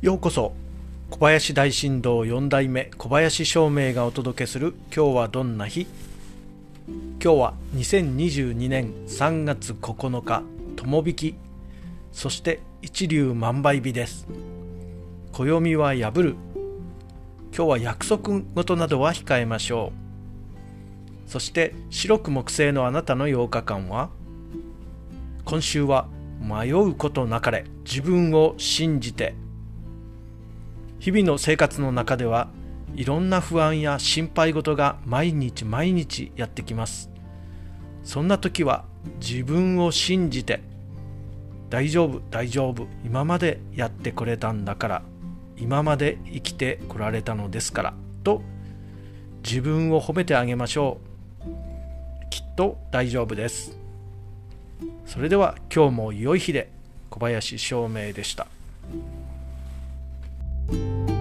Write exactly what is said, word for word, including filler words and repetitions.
ようこそ。小林大震動よん代目小林照明がお届けする今日はどんな日。今日はにせんにじゅうにねんさんがつここのか友引、そして一粒万倍日です。暦は破る。今日は約束事などは控えましょう。そして白く木星のあなたのようかかんは、今週は迷うことなかれ、自分を信じて。日々の生活の中ではいろんな不安や心配事が毎日毎日やってきます。そんな時は自分を信じて、大丈夫大丈夫、今までやってこれたんだから、今まで生きてこられたのですからと自分を褒めてあげましょう。きっと大丈夫です。それでは今日も良い日で。小林照明でした。